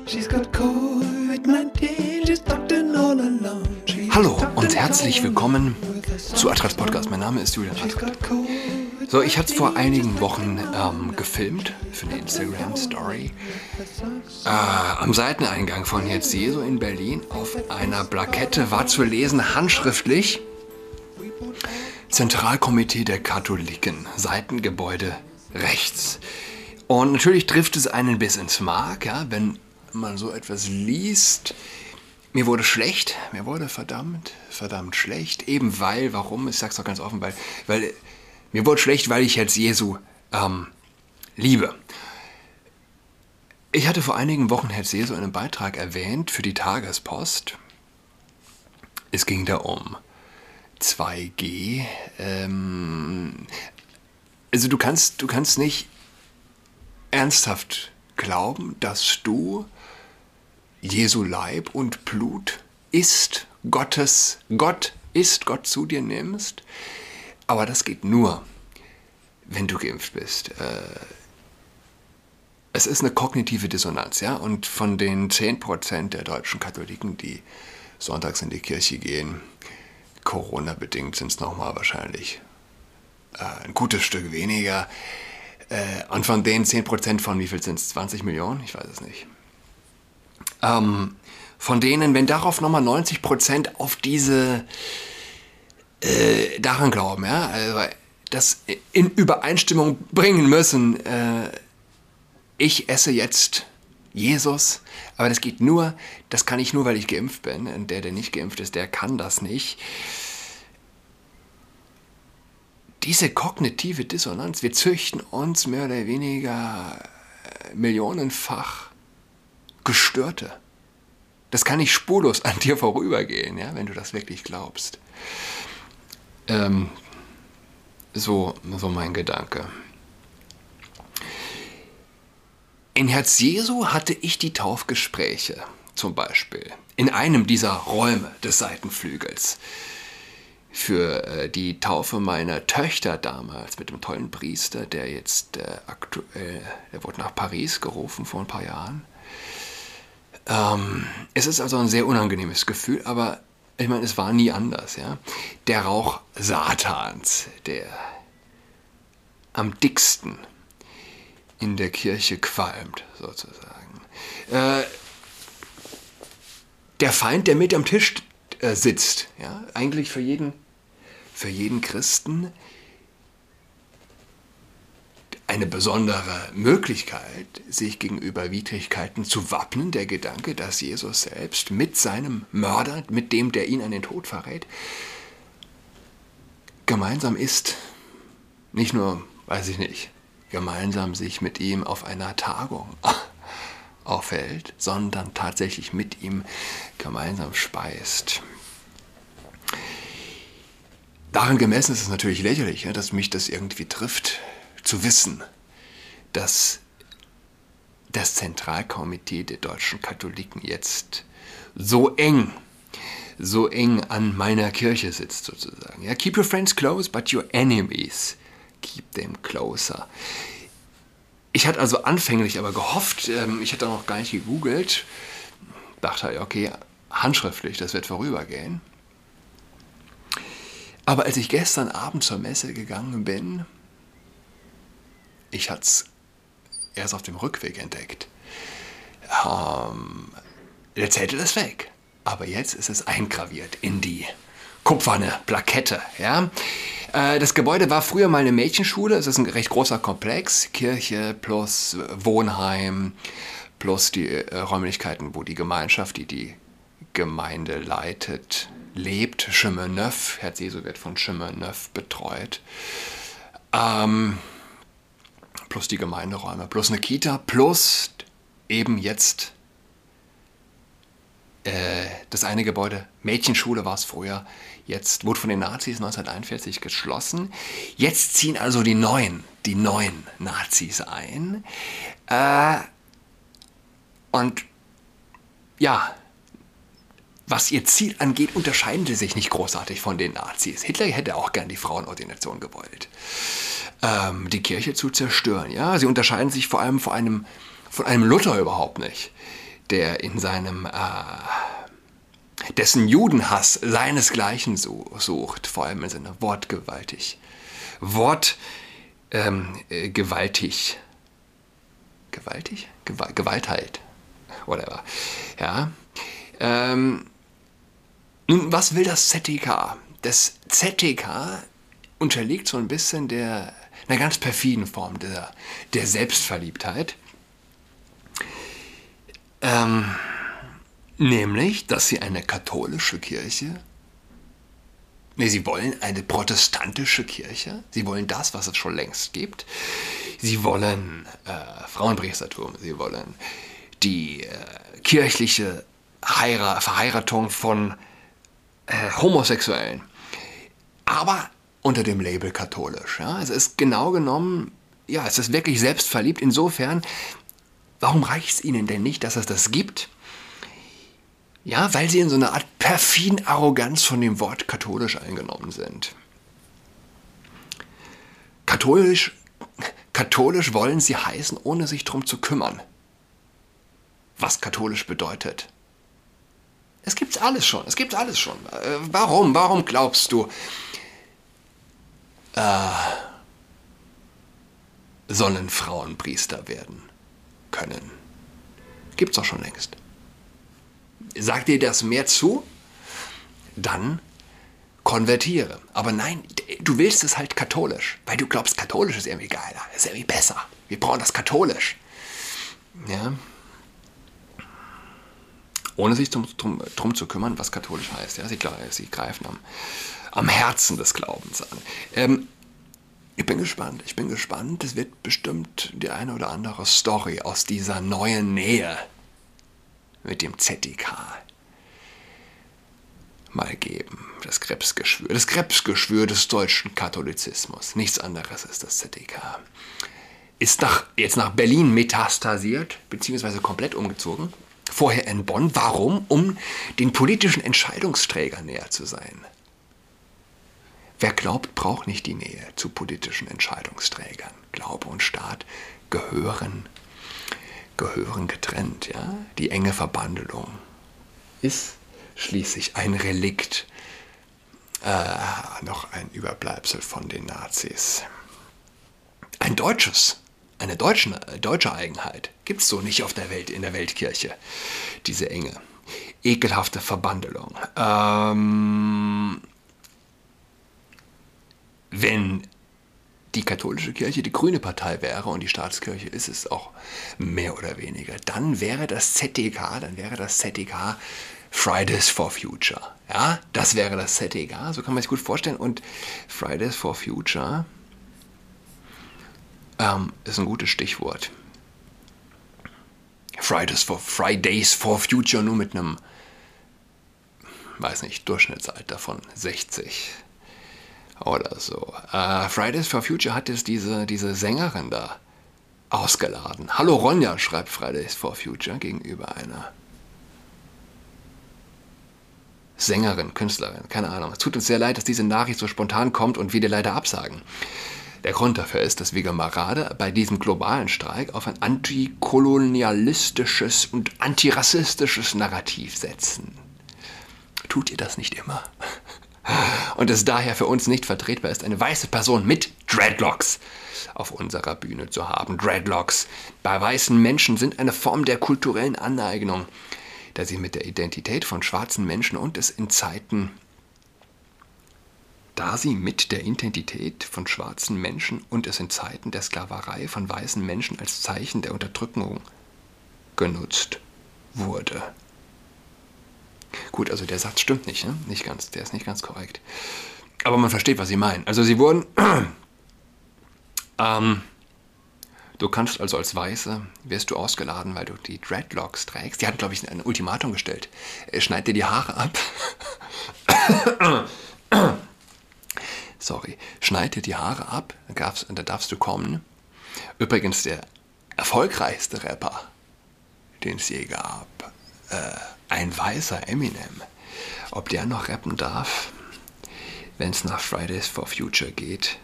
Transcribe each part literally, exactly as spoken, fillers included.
Hallo und herzlich willkommen zu Adrats Podcast. Mein Name ist Julian Adrat. So, ich hatte es vor einigen Wochen ähm, gefilmt für eine Instagram-Story. Äh, am Seiteneingang von Herz Jesu in Berlin auf einer Plakette war zu lesen, handschriftlich: Zentralkomitee der Katholiken, Seitengebäude rechts. Und natürlich trifft es einen bis ins Mark, ja, wenn man so etwas liest. Mir wurde schlecht, mir wurde verdammt, verdammt schlecht. Eben weil, warum? Ich sag's doch ganz offen, weil, weil mir wurde schlecht, weil ich Herz Jesu ähm, liebe. Ich hatte vor einigen Wochen Herz Jesu in einem Beitrag erwähnt für die Tagespost. Es ging da um zwei G. Ähm, also du kannst, du kannst nicht ernsthaft glauben, dass du Jesu Leib und Blut ist, Gottes, Gott ist, Gott zu dir nimmst. Aber das geht nur, wenn du geimpft bist. Es ist eine kognitive Dissonanz, ja. Und von den zehn Prozent der deutschen Katholiken, die sonntags in die Kirche gehen, Corona-bedingt sind es nochmal wahrscheinlich ein gutes Stück weniger. Und von den zehn Prozent von wie viel sind es? zwanzig Millionen? Ich weiß es nicht. Ähm, von denen, wenn darauf nochmal neunzig Prozent auf diese, äh, daran glauben, ja, also das in Übereinstimmung bringen müssen, äh, ich esse jetzt Jesus, aber das geht nur, das kann ich nur, weil ich geimpft bin, und der, der nicht geimpft ist, der kann das nicht. Diese kognitive Dissonanz, wir züchten uns mehr oder weniger millionenfach Gestörte. Das kann nicht spurlos an dir vorübergehen, ja, wenn du das wirklich glaubst. Ähm, so, so mein Gedanke. In Herz Jesu hatte ich die Taufgespräche, zum Beispiel, in einem dieser Räume des Seitenflügels. Für äh, die Taufe meiner Töchter damals mit dem tollen Priester, der jetzt äh, aktuell, der wurde nach Paris gerufen vor ein paar Jahren. Ähm, es ist also ein sehr unangenehmes Gefühl, aber ich meine, es war nie anders. Ja? Der Rauch Satans, der am dicksten in der Kirche qualmt, sozusagen. Äh, der Feind, der mit am Tisch äh, sitzt, ja? Eigentlich für jeden, für jeden Christen eine besondere Möglichkeit, sich gegenüber Widrigkeiten zu wappnen, der Gedanke, dass Jesus selbst mit seinem Mörder, mit dem, der ihn an den Tod verrät, gemeinsam ist, nicht nur, weiß ich nicht, gemeinsam sich mit ihm auf einer Tagung aufhält, sondern tatsächlich mit ihm gemeinsam speist. Daran gemessen ist es natürlich lächerlich, dass mich das irgendwie trifft, zu wissen, dass das Zentralkomitee der deutschen Katholiken jetzt so eng, so eng an meiner Kirche sitzt sozusagen. Ja, keep your friends close, but your enemies keep them closer. Ich hatte also anfänglich aber gehofft, ähm, ich hatte noch gar nicht gegoogelt, dachte, okay, handschriftlich, das wird vorübergehen. Aber als ich gestern Abend zur Messe gegangen bin, ich hatte es erst auf dem Rückweg entdeckt. Ähm, der Zettel ist weg, aber jetzt ist es eingraviert in die kupferne Plakette. Ja? Äh, das Gebäude war früher mal eine Mädchenschule, es ist ein recht großer Komplex, Kirche plus Wohnheim plus die äh, Räumlichkeiten, wo die Gemeinschaft, die die Gemeinde leitet, lebt. Chemin Neuf, Herz Jesu wird von Chemin Neuf betreut. Ähm, plus die Gemeinderäume, plus eine Kita, plus eben jetzt äh, das eine Gebäude, Mädchenschule war es früher, jetzt wurde von den Nazis neunzehnhunderteinundvierzig geschlossen. Jetzt ziehen also die neuen, die neuen Nazis ein. Äh, und ja, was ihr Ziel angeht, unterscheiden sie sich nicht großartig von den Nazis. Hitler hätte auch gern die Frauenordination gewollt. Ähm, die Kirche zu zerstören. Ja, sie unterscheiden sich vor allem von einem, von einem Luther überhaupt nicht, der in seinem, äh, dessen Judenhass seinesgleichen sucht, vor allem in seiner wortgewaltig, Wort, ähm, äh, gewaltig, gewaltig? Gew Gewaltheit, whatever, ja. Ähm, nun, was will das Z T K? Das Z T K unterliegt so ein bisschen der, einer ganz perfiden Form der, der Selbstverliebtheit. Ähm, nämlich, dass sie eine katholische Kirche, nee, sie wollen eine protestantische Kirche, sie wollen das, was es schon längst gibt, sie wollen äh, Frauenpriestertum, sie wollen die äh, kirchliche Heira Verheiratung von äh, Homosexuellen, aber unter dem Label katholisch. Ja? Es ist genau genommen, ja, es ist wirklich selbstverliebt. Insofern, warum reicht es ihnen denn nicht, dass es das gibt? Ja, weil sie in so einer Art perfiden Arroganz von dem Wort katholisch eingenommen sind. Katholisch, katholisch wollen sie heißen, ohne sich darum zu kümmern, was katholisch bedeutet. Es gibt's alles schon, es gibt's alles schon. Äh, warum, warum glaubst du, äh, sollen Frauen Priester werden können? Gibt's doch schon längst. Sagt dir das mehr zu? Dann konvertiere. Aber nein, du willst es halt katholisch, weil du glaubst, katholisch ist irgendwie geiler, ist irgendwie besser. Wir brauchen das katholisch. Ja. Ohne sich drum, drum, drum zu kümmern, was katholisch heißt. Ja, sie, sie greifen am, am Herzen des Glaubens an. Ähm, ich bin gespannt, ich bin gespannt. Es wird bestimmt die eine oder andere Story aus dieser neuen Nähe mit dem Z T K mal geben. Das Krebsgeschwür, das Krebsgeschwür des deutschen Katholizismus. Nichts anderes ist das Z T K. Ist nach, jetzt nach Berlin metastasiert, beziehungsweise komplett umgezogen. Vorher in Bonn. Warum? Um den politischen Entscheidungsträgern näher zu sein. Wer glaubt, braucht nicht die Nähe zu politischen Entscheidungsträgern. Glaube und Staat gehören, gehören getrennt. Ja? Die enge Verbandelung ist schließlich ein Relikt, äh, noch ein Überbleibsel von den Nazis. Ein deutsches. Eine deutsche, deutsche Eigenheit gibt es so nicht auf der Welt, in der Weltkirche. Diese enge, ekelhafte Verbandelung. Ähm, wenn die katholische Kirche die grüne Partei wäre und die Staatskirche ist es auch mehr oder weniger, dann wäre das Z T K, dann wäre das Z T K Fridays for Future. Ja, das wäre das Z T K, so kann man sich gut vorstellen. Und Fridays for Future Ähm, ist ein gutes Stichwort. Fridays for, Fridays for Future nur mit einem, weiß nicht, Durchschnittsalter von sechzig oder so. Äh, Fridays for Future hat jetzt diese, diese Sängerin da ausgeladen. Hallo Ronja, schreibt Fridays for Future gegenüber einer Sängerin, Künstlerin, keine Ahnung. Es tut uns sehr leid, dass diese Nachricht so spontan kommt und wir dir leider absagen. Der Grund dafür ist, dass wir gerade bei diesem globalen Streik auf ein antikolonialistisches und antirassistisches Narrativ setzen. Tut ihr das nicht immer? Und es daher für uns nicht vertretbar ist, eine weiße Person mit Dreadlocks auf unserer Bühne zu haben. Dreadlocks bei weißen Menschen sind eine Form der kulturellen Aneignung, da sie mit der Identität von schwarzen Menschen und es in Zeiten Da sie mit der Identität von schwarzen Menschen und es in Zeiten der Sklaverei von weißen Menschen als Zeichen der Unterdrückung genutzt wurde. Gut, also der Satz stimmt nicht, ne? Nicht ganz, der ist nicht ganz korrekt. Aber man versteht, was sie meinen. Also sie wurden, ähm, du kannst also als Weiße, wirst du ausgeladen, weil du die Dreadlocks trägst. Die hatten, glaube ich, ein Ultimatum gestellt. Schneid dir die Haare ab. Sorry, schneid dir die Haare ab, da darfst, da darfst du kommen. Übrigens der erfolgreichste Rapper, den es je gab, äh, ein weißer Eminem. Ob der noch rappen darf, wenn es nach Fridays for Future geht.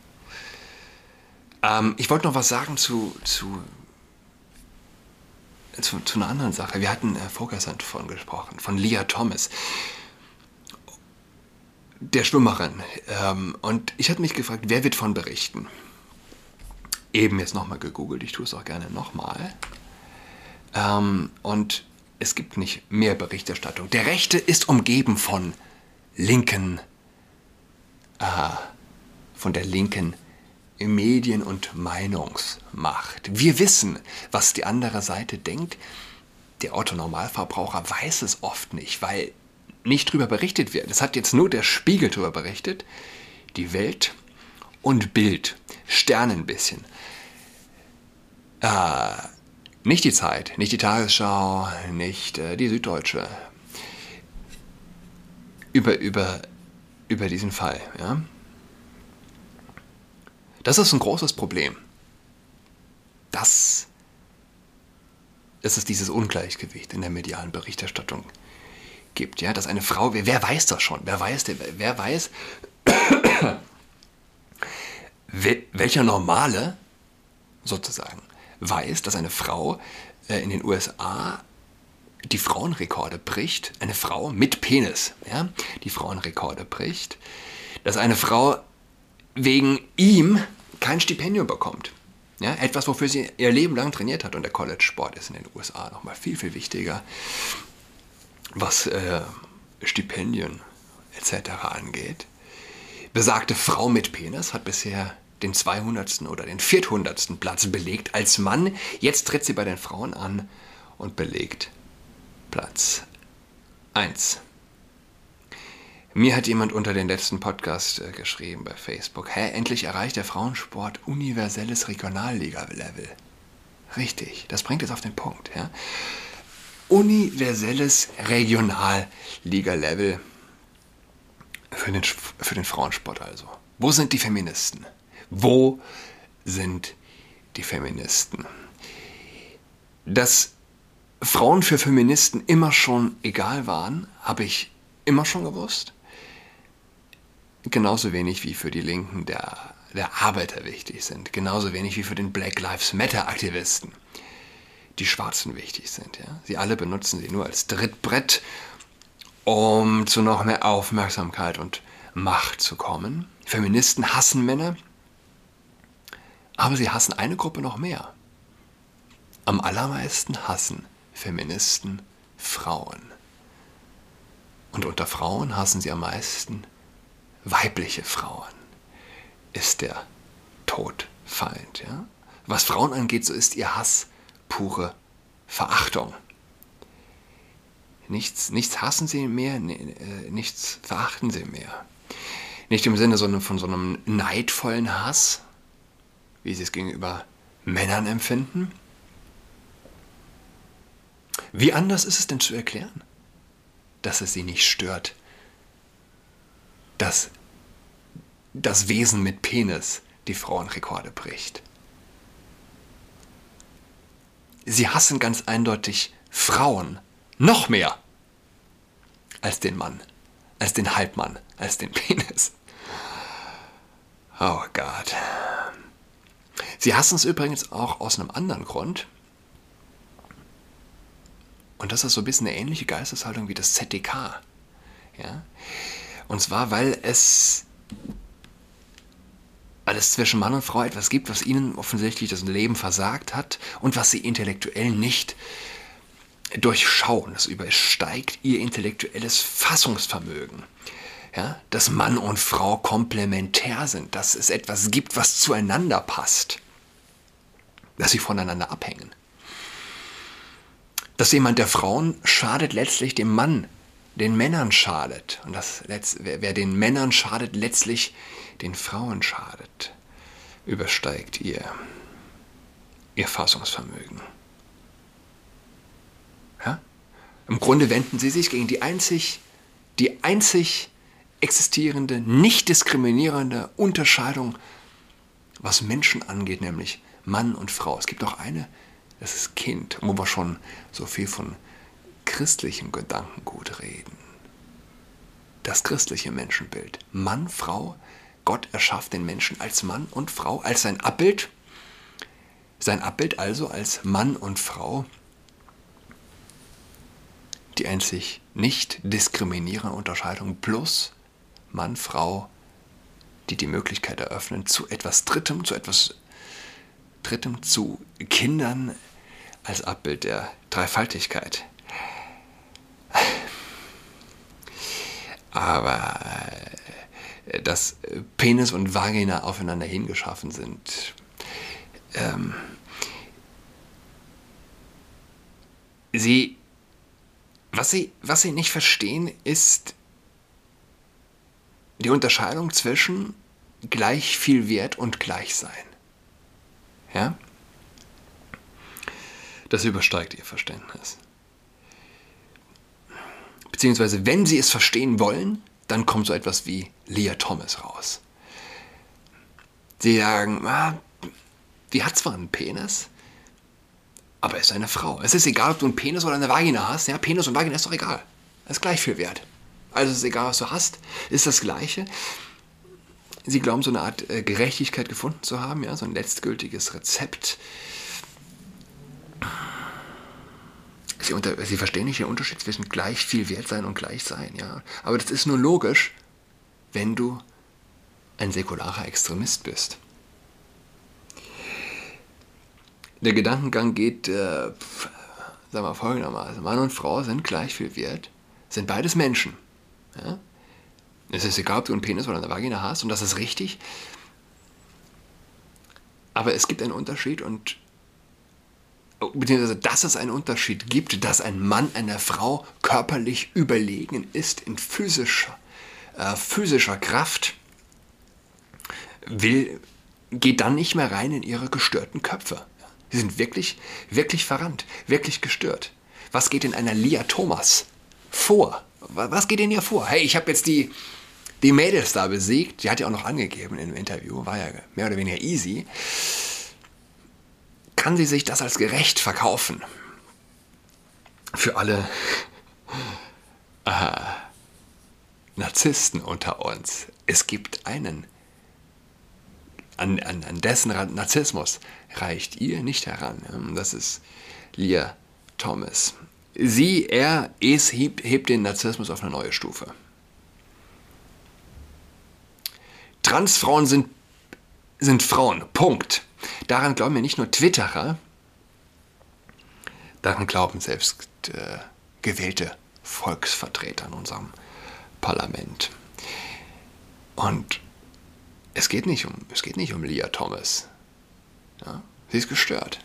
Ähm, ich wollte noch was sagen zu, zu zu, zu einer anderen Sache. Wir hatten äh, vorgestern davon gesprochen, von Lia Thomas, der Schwimmerin. Ähm, und ich hatte mich gefragt, wer wird von berichten? Eben jetzt nochmal gegoogelt, ich tue es auch gerne nochmal. Ähm, und es gibt nicht mehr Berichterstattung. Der Rechte ist umgeben von linken, äh, von der linken Medien- und Meinungsmacht. Wir wissen, was die andere Seite denkt. Der Otto-Normalverbraucher weiß es oft nicht, weil nicht drüber berichtet wird. Es hat jetzt nur der Spiegel drüber berichtet, die Welt und Bild, Stern ein bisschen. Äh, nicht die Zeit, nicht die Tagesschau, nicht äh, die Süddeutsche. Über, über, über diesen Fall, ja. Das ist ein großes Problem. Das, dass es dieses Ungleichgewicht in der medialen Berichterstattung gibt. Ja? Dass eine Frau, wer weiß das schon? Wer weiß, wer weiß welcher Normale sozusagen weiß, dass eine Frau äh, in den U S A die Frauenrekorde bricht, eine Frau mit Penis, ja, die Frauenrekorde bricht, dass eine Frau wegen ihm kein Stipendium bekommt. Ja, etwas, wofür sie ihr Leben lang trainiert hat. Und der College-Sport ist in den U S A nochmal viel, viel wichtiger, was äh, Stipendien et cetera angeht. Besagte Frau mit Penis hat bisher den zweihundertsten oder den vierhundertsten Platz belegt als Mann. Jetzt tritt sie bei den Frauen an und belegt Platz eins. Mir hat jemand unter den letzten Podcast äh, geschrieben bei Facebook, hä, endlich erreicht der Frauensport universelles Regionalliga-Level. Richtig, das bringt es auf den Punkt. Ja? Universelles Regionalliga-Level für den, für den Frauensport also. Wo sind die Feministen? Wo sind die Feministen? Dass Frauen für Feministen immer schon egal waren, habe ich immer schon gewusst. Genauso wenig wie für die Linken der, der Arbeiter wichtig sind. Genauso wenig wie für den Black Lives Matter Aktivisten die Schwarzen wichtig sind. Ja? Sie alle benutzen sie nur als Trittbrett, um zu noch mehr Aufmerksamkeit und Macht zu kommen. Feministen hassen Männer, aber sie hassen eine Gruppe noch mehr. Am allermeisten hassen Feministen Frauen. Und unter Frauen hassen sie am meisten weibliche Frauen. Ist der Todfeind. Ja? Was Frauen angeht, so ist ihr Hass pure Verachtung. Nichts, nichts hassen sie mehr, nichts verachten sie mehr. Nicht im Sinne von so einem neidvollen Hass, wie sie es gegenüber Männern empfinden. Wie anders ist es denn zu erklären, dass es sie nicht stört, dass das Wesen mit Penis die Frauenrekorde bricht? Sie hassen ganz eindeutig Frauen noch mehr als den Mann, als den Halbmann, als den Penis. Oh Gott. Sie hassen es übrigens auch aus einem anderen Grund. Und das ist so ein bisschen eine ähnliche Geisteshaltung wie das Z D K. Ja? Und zwar, weil es, weil es zwischen Mann und Frau etwas gibt, was ihnen offensichtlich das Leben versagt hat und was sie intellektuell nicht durchschauen. Das übersteigt ihr intellektuelles Fassungsvermögen. Ja? Dass Mann und Frau komplementär sind, dass es etwas gibt, was zueinander passt. Dass sie voneinander abhängen. Dass jemand der Frauen schadet, letztlich dem Mann, den Männern schadet. Und das, wer den Männern schadet, letztlich den Frauen schadet, übersteigt ihr, ihr Fassungsvermögen. Ja? Im Grunde wenden sie sich gegen die einzig, die einzig existierende, nicht diskriminierende Unterscheidung, was Menschen angeht, nämlich Mann und Frau. Es gibt auch eine, das ist Kind, wo wir schon so viel von christlichem Gedankengut reden. Das christliche Menschenbild. Mann, Frau, Gott erschafft den Menschen als Mann und Frau, als sein Abbild. Sein Abbild also als Mann und Frau die einzig nicht diskriminierende Unterscheidung plus Mann, Frau, die die Möglichkeit eröffnen, zu etwas Drittem, zu etwas Drittem, zu Kindern als Abbild der Dreifaltigkeit. Aber äh, dass Penis und Vagina aufeinander hingeschaffen sind, ähm, sie, was sie, was sie nicht verstehen, ist die Unterscheidung zwischen gleich viel Wert und Gleichsein. Ja? Das übersteigt ihr Verständnis. Beziehungsweise, wenn sie es verstehen wollen, dann kommt so etwas wie Lia Thomas raus. Sie sagen, ah, die hat zwar einen Penis, aber ist eine Frau. Es ist egal, ob du einen Penis oder eine Vagina hast. Ja, Penis und Vagina ist doch egal. Das ist gleich viel wert. Also es ist egal, was du hast, ist das Gleiche. Sie glauben, so eine Art äh, Gerechtigkeit gefunden zu haben, ja, so ein letztgültiges Rezept. Sie, unter, sie verstehen nicht den Unterschied zwischen gleich viel wert sein und gleich sein, ja. Aber das ist nur logisch, wenn du ein säkularer Extremist bist. Der Gedankengang geht, äh, sagen wir folgendermaßen: Mann und Frau sind gleich viel wert, sind beides Menschen. Ja? Es ist egal, ob du einen Penis oder eine Vagina hast, und das ist richtig. Aber es gibt einen Unterschied, und beziehungsweise, dass es einen Unterschied gibt, dass ein Mann einer Frau körperlich überlegen ist in physischer, äh, physischer Kraft, will, geht dann nicht mehr rein in ihre gestörten Köpfe. Sie sind wirklich, wirklich verrannt, wirklich gestört. Was geht in einer Lia Thomas vor? Was geht in ihr vor? Hey, ich habe jetzt die, die Mädels da besiegt. Die hat ja auch noch angegeben im Interview, war ja mehr oder weniger easy. Kann sie sich das als gerecht verkaufen? Für alle äh, Narzissten unter uns. Es gibt einen, an, an, an dessen Narzissmus reicht ihr nicht heran. Das ist Lia Thomas. Sie, er, es hebt, hebt den Narzissmus auf eine neue Stufe. Transfrauen sind, sind Frauen. Punkt. Daran glauben ja nicht nur Twitterer, daran glauben selbst äh, gewählte Volksvertreter in unserem Parlament. Und es geht nicht um, es geht nicht um Lia Thomas. Ja, sie ist gestört.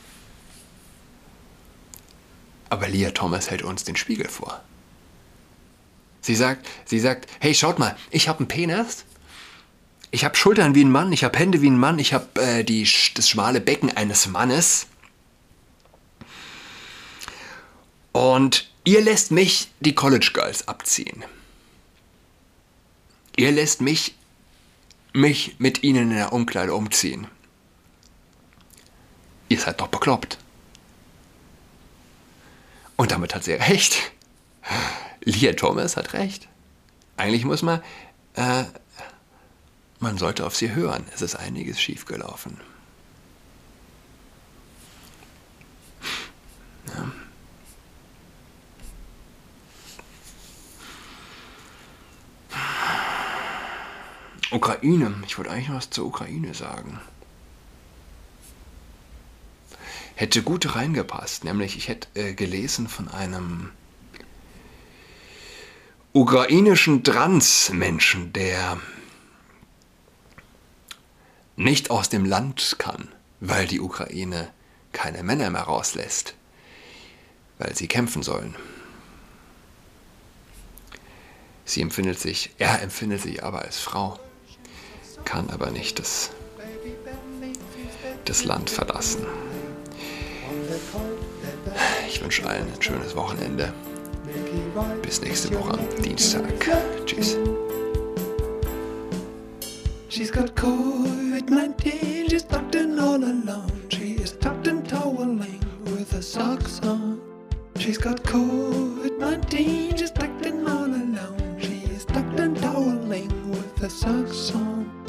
Aber Lia Thomas hält uns den Spiegel vor. Sie sagt, sie sagt, hey, schaut mal, ich habe einen Penis, ich habe Schultern wie ein Mann, ich habe Hände wie ein Mann, ich habe äh, die, das schmale Becken eines Mannes. Und ihr lässt mich die College Girls abziehen. Ihr lässt mich, mich mit ihnen in der Umkleide umziehen. Ihr seid doch bekloppt. Und damit hat sie recht. Lia Thomas hat recht. Eigentlich muss man, äh, man sollte auf sie hören. Es ist einiges schiefgelaufen. Ja. Ukraine. Ich wollte eigentlich noch was zur Ukraine sagen. Hätte gut reingepasst, nämlich ich hätte äh, gelesen von einem ukrainischen Transmenschen, der nicht aus dem Land kann, weil die Ukraine keine Männer mehr rauslässt, weil sie kämpfen sollen. Sie empfindet sich, er empfindet sich aber als Frau, kann aber nicht das, das Land verlassen. Ich wünsche allen ein schönes Wochenende. Bis nächste Woche am Dienstag. Tschüss. She's got COVID nineteen, she's tucked in all alone. She is tucked in toweling with her socks on. She's got COVID nineteen, she's tucked in all alone. She is tucked in toweling with her socks on.